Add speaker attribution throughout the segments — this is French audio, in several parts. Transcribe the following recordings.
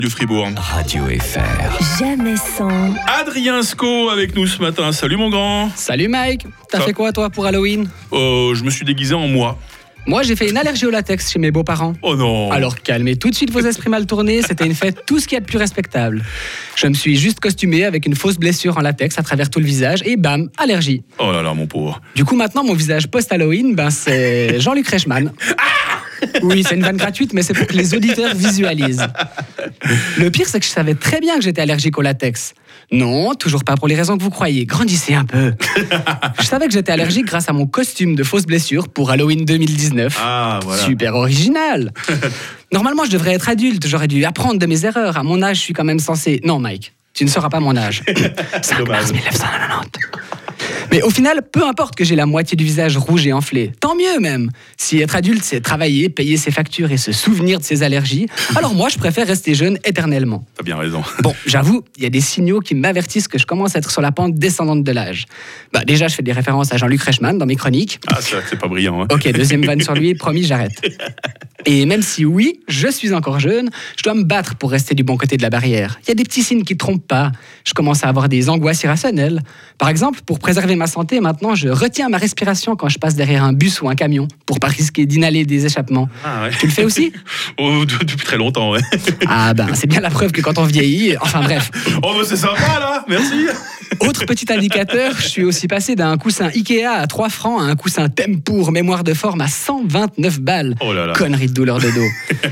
Speaker 1: de Fribourg.
Speaker 2: Radio FR.
Speaker 3: Jamais sans.
Speaker 1: Adrien Sco avec nous ce matin. Salut mon grand.
Speaker 4: Salut Mike, t'as
Speaker 1: Ça-
Speaker 4: fait quoi toi pour Halloween?
Speaker 1: Je me suis déguisé en moi.
Speaker 4: Moi j'ai fait une allergie au latex chez mes beaux-parents.
Speaker 1: Oh non.
Speaker 4: Alors calmez tout de suite vos esprits mal tournés, c'était une fête tout ce qu'il y a de plus respectable. Je me suis juste costumé avec une fausse blessure en latex à travers tout le visage et bam, allergie.
Speaker 1: Oh là là mon pauvre.
Speaker 4: Du coup maintenant mon visage post-Halloween, c'est Jean-Luc Reichmann. Oui, c'est une vanne gratuite, mais c'est pour que les auditeurs visualisent. Le pire, c'est que je savais très bien que j'étais allergique au latex. Non, toujours pas pour les raisons que vous croyez. Grandissez un peu. Je savais que j'étais allergique grâce à mon costume de fausse blessure pour Halloween 2019.
Speaker 1: Ah voilà.
Speaker 4: Super original. Normalement, je devrais être adulte. J'aurais dû apprendre de mes erreurs. À mon âge, je suis quand même censé... Non, Mike, tu ne sauras pas mon âge. 5
Speaker 1: Dommage.
Speaker 4: mars 1990. Mais au final, peu importe que j'ai la moitié du visage rouge et enflé. Tant mieux même. Si être adulte, c'est travailler, payer ses factures et se souvenir de ses allergies, alors moi, je préfère rester jeune éternellement.
Speaker 1: T'as bien raison.
Speaker 4: Bon, j'avoue, il y a des signaux qui m'avertissent que je commence à être sur la pente descendante de l'âge. Déjà, je fais des références à Jean-Luc Reichmann dans mes chroniques.
Speaker 1: Ah c'est vrai que c'est pas brillant. Hein.
Speaker 4: Ok, deuxième vanne sur lui, promis, j'arrête. Et même si oui, je suis encore jeune, je dois me battre pour rester du bon côté de la barrière. Il y a des petits signes qui ne trompent pas. Je commence à avoir des angoisses irrationnelles. Par exemple, pour préserver ma santé, maintenant, je retiens ma respiration quand je passe derrière un bus ou un camion, pour pas risquer d'inhaler des échappements.
Speaker 1: Ah ouais.
Speaker 4: Tu le fais aussi?
Speaker 1: Oh, depuis très longtemps ouais.
Speaker 4: Ah ben, c'est bien la preuve que quand on vieillit... Enfin bref.
Speaker 1: Oh bah c'est sympa là. Merci.
Speaker 4: Autre petit indicateur, je suis aussi passé d'un coussin Ikea à 3 francs à un coussin Tempour mémoire de forme à 129 balles.
Speaker 1: Oh là là.
Speaker 4: Connerie de douleur de dos.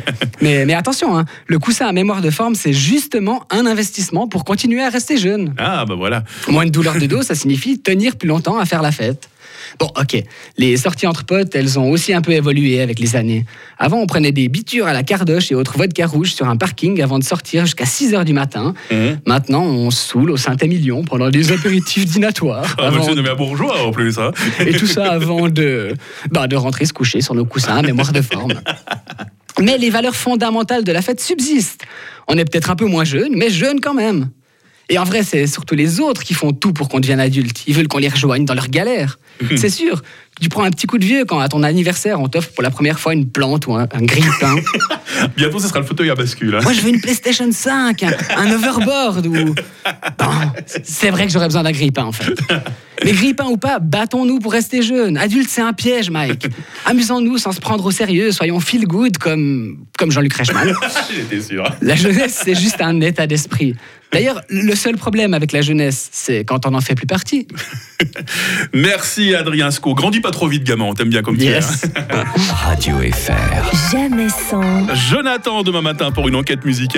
Speaker 4: mais attention, hein, le coussin à mémoire de forme, c'est justement un investissement pour continuer à rester jeune.
Speaker 1: Ah bah voilà.
Speaker 4: Moins de douleur de dos, ça signifie tenir plus longtemps à faire la fête. Bon, ok, les sorties entre potes, elles ont aussi un peu évolué avec les années. Avant, on prenait des bitures à la cardoche et autres vodka rouge sur un parking avant de sortir jusqu'à 6h du matin. Maintenant, on se saoule au Saint-Émilion pendant des apéritifs dînatoires.
Speaker 1: Ah bah
Speaker 4: avant-
Speaker 1: c'est nommé à bourgeois en plus hein.
Speaker 4: Et tout ça avant de rentrer se coucher sur nos coussins à mémoire de forme. Mais les valeurs fondamentales de la fête subsistent. On est peut-être un peu moins jeune, mais jeune quand même. Et en vrai, c'est surtout les autres qui font tout pour qu'on devienne adulte. Ils veulent qu'on les rejoigne dans leurs galères. C'est sûr, tu prends un petit coup de vieux quand à ton anniversaire, on t'offre pour la première fois une plante ou un grille-pain.
Speaker 1: Bientôt ce sera le fauteuil à bascule. Hein.
Speaker 4: Moi, je veux une PlayStation 5, un overboard ou... Bon, c'est vrai que j'aurais besoin d'un grille-pain, en fait. Mais grille-pain ou pas, battons-nous pour rester jeunes. Adulte, c'est un piège, Mike. Amusons-nous sans se prendre au sérieux. Soyons feel good comme Jean-Luc Reichmann.
Speaker 1: J'étais sûr.
Speaker 4: La jeunesse, c'est juste un état d'esprit. D'ailleurs, le seul problème avec la jeunesse, c'est quand on n'en fait plus partie.
Speaker 1: Merci Adrien Sco. Grandis pas trop vite gamin, on t'aime bien comme
Speaker 4: Yes.
Speaker 1: tu es.
Speaker 2: Radio FR.
Speaker 3: Jamais sans.
Speaker 1: Jonathan demain matin pour une enquête musicale.